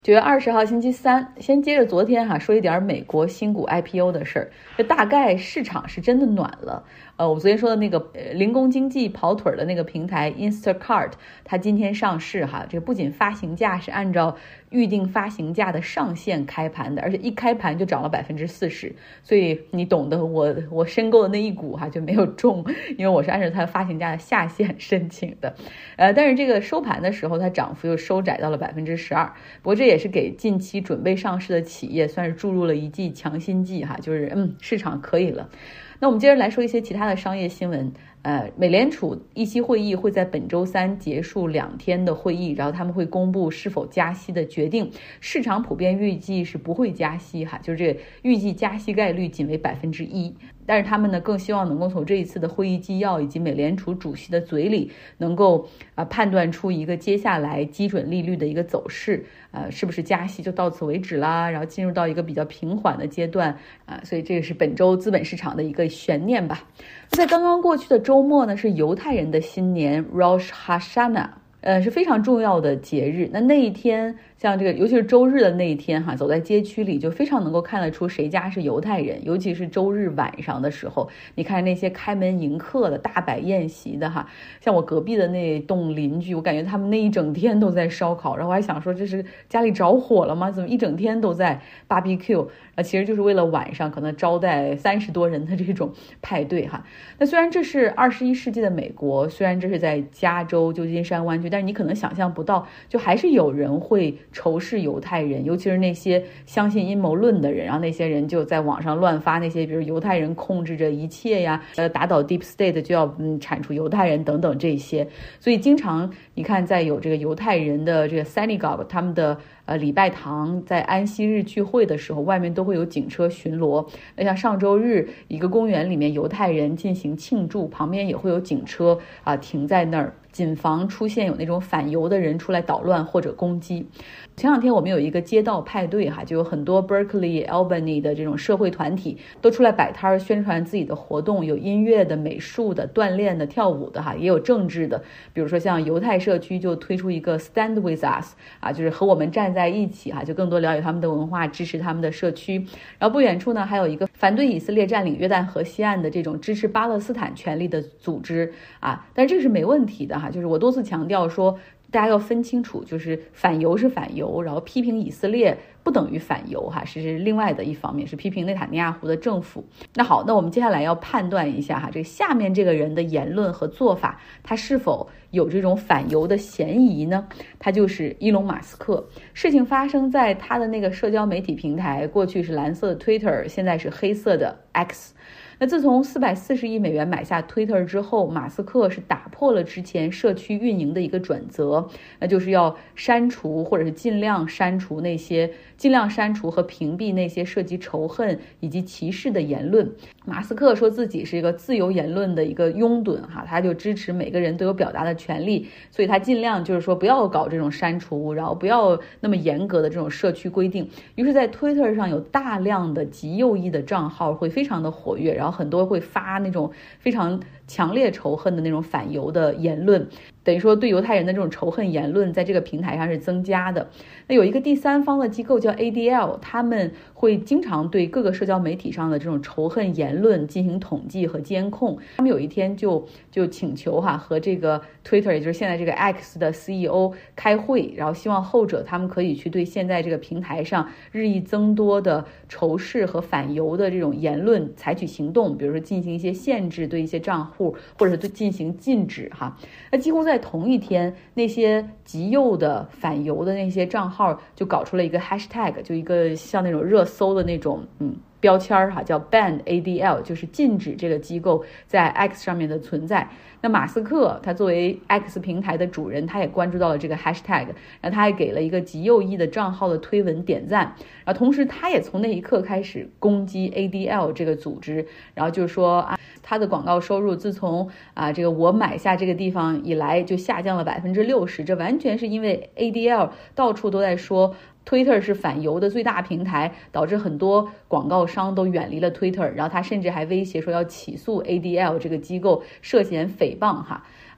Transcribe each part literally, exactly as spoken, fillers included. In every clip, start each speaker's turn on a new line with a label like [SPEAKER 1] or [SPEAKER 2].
[SPEAKER 1] 九月二十号星期三，先接着昨天哈说一点美国新股 I P O 的事儿。这大概市场是真的暖了。呃，我昨天说的那个呃零工经济跑腿的那个平台 Instacart， 它今天上市哈。这个不仅发行价是按照预定发行价的上限开盘的，而且一开盘就涨了百分之四十。所以你懂得我我申购的那一股哈就没有中，因为我是按照它发行价的下限申请的。呃，但是这个收盘的时候，它涨幅又收窄到了百分之十二。不过这也是给近期准备上市的企业算是注入了一剂强心剂哈，就是嗯市场可以了。那我们接着来说一些其他的商业新闻。呃，美联储议息会议会在本周三结束两天的会议，然后他们会公布是否加息的决定。市场普遍预计是不会加息哈，就是这个预计加息概率仅为百分之一。但是他们呢更希望能够从这一次的会议纪要以及美联储主席的嘴里，能够啊、呃、判断出一个接下来基准利率的一个走势，呃，是不是加息就到此为止啦，然后进入到一个比较平缓的阶段啊、呃，所以这个是本周资本市场的一个悬念吧。在刚刚过去的周末呢，是犹太人的新年 Rosh Hashanah， 呃，是非常重要的节日。那那一天，像这个，尤其是周日的那一天哈，走在街区里就非常能够看得出谁家是犹太人。尤其是周日晚上的时候，你看那些开门迎客的、大摆宴席的哈，像我隔壁的那栋邻居，我感觉他们那一整天都在烧烤，然后我还想说这是家里着火了吗？怎么一整天都在 barbecue？啊，其实就是为了晚上可能招待三十多人的这种派对哈。那虽然这是二十一世纪的美国，虽然这是在加州旧金山湾区，但是你可能想象不到，就还是有人会仇视犹太人，尤其是那些相信阴谋论的人，然后那些人就在网上乱发那些，比如犹太人控制着一切呀，呃，打倒 Deep State 就要嗯铲除犹太人等等这些。所以经常你看，在有这个犹太人的这个 synagogue， 他们的呃礼拜堂在安息日聚会的时候，外面都会有警车巡逻。那像上周日一个公园里面犹太人进行庆祝，旁边也会有警车啊、呃、停在那儿，谨防出现有那种反犹的人出来捣乱或者攻击。前两天我们有一个街道派对哈，就有很多 Berkeley、Albany 的这种社会团体都出来摆摊宣传自己的活动，有音乐的、美术的、锻炼的、跳舞的哈，也有政治的。比如说像犹太社区就推出一个 Stand with us 啊，就是和我们站在一起哈，就更多了解他们的文化，支持他们的社区。然后不远处呢，还有一个反对以色列占领约旦河西岸的这种支持巴勒斯坦权利的组织啊，但是这个是没问题的哈，就是我多次强调说，大家要分清楚，就是反犹是反犹，然后批评以色列不等于反犹哈，是另外的一方面，是批评内塔尼亚胡的政府。那好，那我们接下来要判断一下哈，这下面这个人的言论和做法，他是否有这种反犹的嫌疑呢？他就是伊隆马斯克。事情发生在他的那个社交媒体平台，过去是蓝色的 Twitter， 现在是黑色的 X。那自从四百四十亿美元买下 Twitter 之后，马斯克是打破了之前社区运营的一个准则，那就是要删除或者是尽量删除那些尽量删除和屏蔽那些涉及仇恨以及歧视的言论。马斯克说自己是一个自由言论的一个拥趸哈，他就支持每个人都有表达的权利，所以他尽量就是说不要搞这种删除，然后不要那么严格的这种社区规定。于是在 Twitter 上有大量的极右翼的账号会非常的活跃，然后很多会发那种非常强烈仇恨的那种反犹的言论，等于说对犹太人的这种仇恨言论在这个平台上是增加的。那有一个第三方的机构叫 A D L， 他们会经常对各个社交媒体上的这种仇恨言论进行统计和监控。他们有一天就就请求哈和这个 Twitter， 也就是现在这个 X 的 C E O 开会，然后希望后者他们可以去对现在这个平台上日益增多的仇视和反犹的这种言论采取行动，比如说进行一些限制，对一些账户，或者是对进行禁止哈。那几乎在同一天，那些极右的反犹的那些账号就搞出了一个 hashtag， 就一个像那种热搜的那种嗯标签哈，叫 ban A D L， 就是禁止这个机构在 X 上面的存在。那马斯克他作为 X 平台的主人，他也关注到了这个 hashtag， 然后他还给了一个极右翼的账号的推文点赞，然后同时他也从那一刻开始攻击 A D L 这个组织，然后就说啊，他的广告收入自从啊这个我买下这个地方以来就下降了百分之六十，这完全是因为 A D L 到处都在说Twitter 是反犹的最大平台，导致很多广告商都远离了 Twitter， 然后他甚至还威胁说要起诉 A D L 这个机构涉嫌诽谤哈。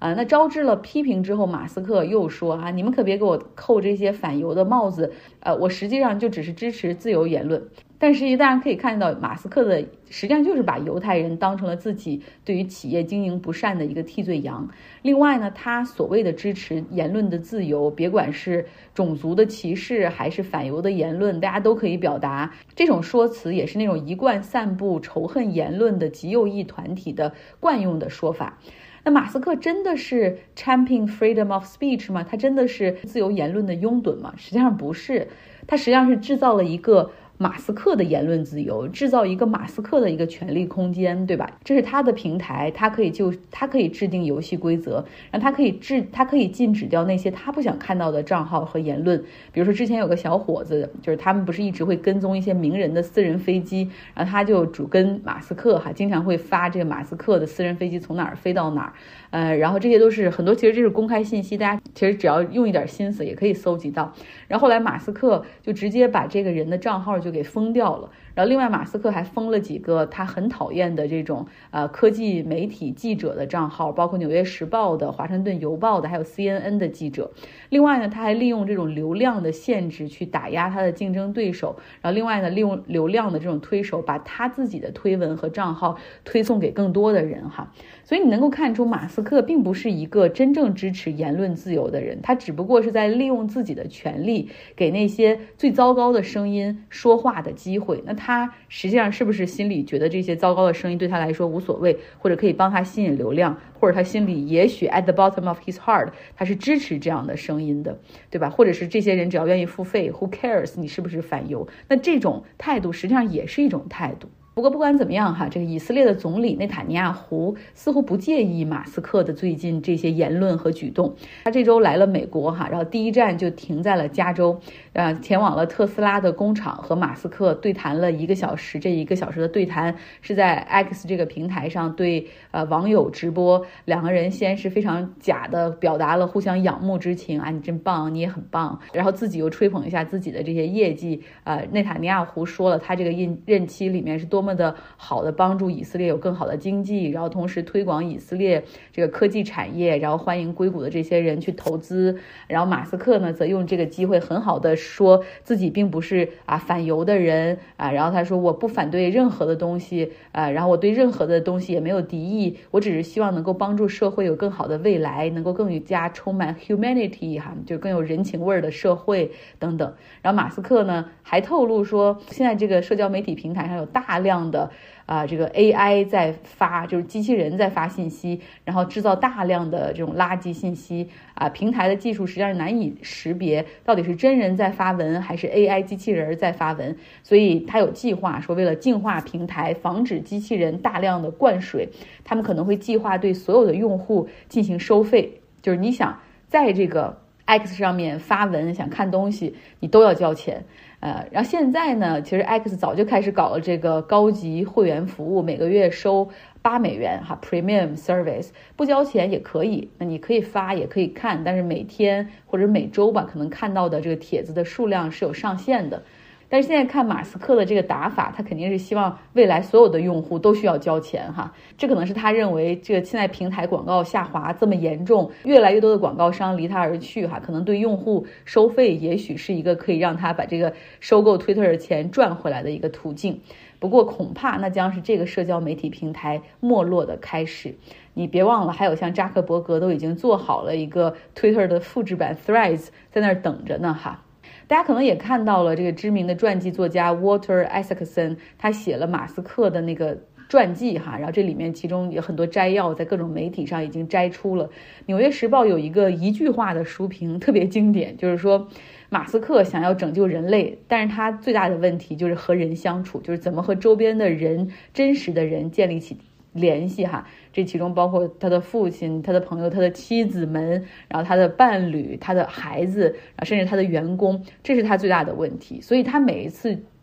[SPEAKER 1] 啊，那招致了批评之后，马斯克又说啊，你们可别给我扣这些反犹的帽子，呃，我实际上就只是支持自由言论。但是大家可以看到，马斯克的实际上就是把犹太人当成了自己对于企业经营不善的一个替罪羊。另外呢，他所谓的支持言论的自由，别管是种族的歧视还是反犹的言论，大家都可以表达。这种说辞也是那种一贯散布仇恨言论的极右翼团体的惯用的说法。那马斯克真的是 champion freedom of speech 吗？他真的是自由言论的拥趸吗？实际上不是，他实际上是制造了一个马斯克的言论自由，制造一个马斯克的一个权力空间，对吧？这是他的平台，他可以就他可以制定游戏规则，然后他可以制他可以禁止掉那些他不想看到的账号和言论。比如说之前有个小伙子，就是他们不是一直会跟踪一些名人的私人飞机，然后他就主跟马斯克哈，经常会发这个马斯克的私人飞机从哪儿飞到哪儿，呃，然后这些都是很多，其实这是公开信息，大家其实只要用一点心思也可以搜集到。然后后来马斯克就直接把这个人的账号就给封掉了。然后另外马斯克还封了几个他很讨厌的这种呃科技媒体记者的账号，包括纽约时报的、华盛顿邮报的，还有 C N N 的记者。另外呢，他还利用这种流量的限制去打压他的竞争对手，然后另外呢，利用流量的这种推手，把他自己的推文和账号推送给更多的人哈。所以你能够看出，马斯克并不是一个真正支持言论自由的人，他只不过是在利用自己的权利，给那些最糟糕的声音说话的机会。那他实际上是不是心里觉得这些糟糕的声音对他来说无所谓，或者可以帮他吸引流量，或者他心里也许 at the bottom of his heart 他是支持这样的声音的，对吧？或者是这些人只要愿意付费 who cares 你是不是反犹，那这种态度实际上也是一种态度。不过不管怎么样哈，这个以色列的总理内塔尼亚胡似乎不介意马斯克的最近这些言论和举动。他这周来了美国哈，然后第一站就停在了加州，呃，前往了特斯拉的工厂，和马斯克对谈了一个小时。这一个小时的对谈是在 X 这个平台上对呃网友直播，两个人先是非常假的表达了互相仰慕之情啊，你真棒，你也很棒，然后自己又吹捧一下自己的这些业绩。呃，内塔尼亚胡说了他这个任任期里面是多。多么的好的帮助以色列有更好的经济，然后同时推广以色列这个科技产业，然后欢迎硅谷的这些人去投资。然后马斯克呢则用这个机会很好的说自己并不是啊反犹的人啊，然后他说我不反对任何的东西啊，然后我对任何的东西也没有敌意，我只是希望能够帮助社会有更好的未来，能够更加充满 humanity 哈，就更有人情味的社会等等。然后马斯克呢还透露说，现在这个社交媒体平台上有大量的啊、呃，这个 A I 在发，就是机器人在发信息，然后制造大量的这种垃圾信息啊、呃，平台的技术实际上难以识别到底是真人在发文还是 A I 机器人在发文，所以他有计划说，为了净化平台，防止机器人大量的灌水，他们可能会计划对所有的用户进行收费，就是你想在这个 X 上面发文，想看东西，你都要交钱。呃，然后现在呢，其实 X 早就开始搞了这个高级会员服务，每个月收八美元哈 ，Premium Service， 不交钱也可以。那你可以发，也可以看，但是每天或者每周吧，可能看到的这个帖子的数量是有上限的。但是现在看马斯克的这个打法，他肯定是希望未来所有的用户都需要交钱哈，这可能是他认为这个现在平台广告下滑这么严重，越来越多的广告商离他而去哈，可能对用户收费也许是一个可以让他把这个收购 Twitter 的钱赚回来的一个途径。不过恐怕那将是这个社交媒体平台没落的开始。你别忘了，还有像扎克伯格都已经做好了一个 Twitter 的复制版 Threads 在那儿等着呢哈。大家可能也看到了，这个知名的传记作家 Walter Isaacson 他写了马斯克的那个传记哈，然后这里面其中有很多摘要在各种媒体上已经摘出了。纽约时报有一个一句话的书评特别经典，就是说马斯克想要拯救人类，但是他最大的问题就是和人相处，就是怎么和周边的人、真实的人建立起联系哈，这其中包括他的父亲、他的朋友、他的妻子们，然后他的伴侣、他的孩子，甚至他的员工，这是他最大的问题。所以他每一次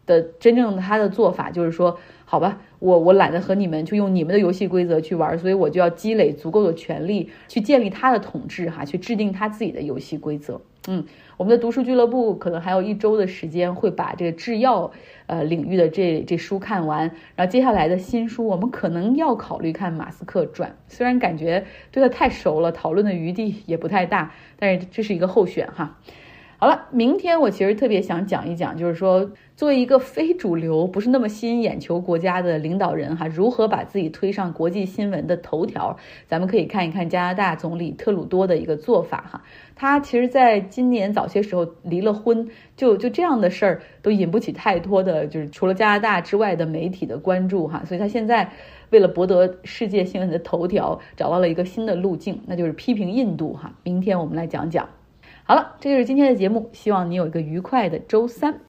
[SPEAKER 1] 的真正他的做法就是说，好吧，我我懒得和你们去用你们的游戏规则去玩，所以我就要积累足够的权力去建立他的统治哈，去制定他自己的游戏规则。嗯，我们的读书俱乐部可能还有一周的时间会把这个制药呃领域的这这书看完，然后接下来的新书我们可能要考虑看马斯克传，虽然感觉对他太熟了，讨论的余地也不太大，但是这是一个候选哈。好了，明天我其实特别想讲一讲，就是说作为一个非主流不是那么吸引眼球国家的领导人哈，如何把自己推上国际新闻的头条，咱们可以看一看加拿大总理特鲁多的一个做法哈。他其实在今年早些时候离了婚，就就这样的事儿都引不起太多的就是除了加拿大之外的媒体的关注哈，所以他现在为了博得世界新闻的头条，找到了一个新的路径，那就是批评印度哈。明天我们来讲讲。好了，这就是今天的节目，希望你有一个愉快的周三。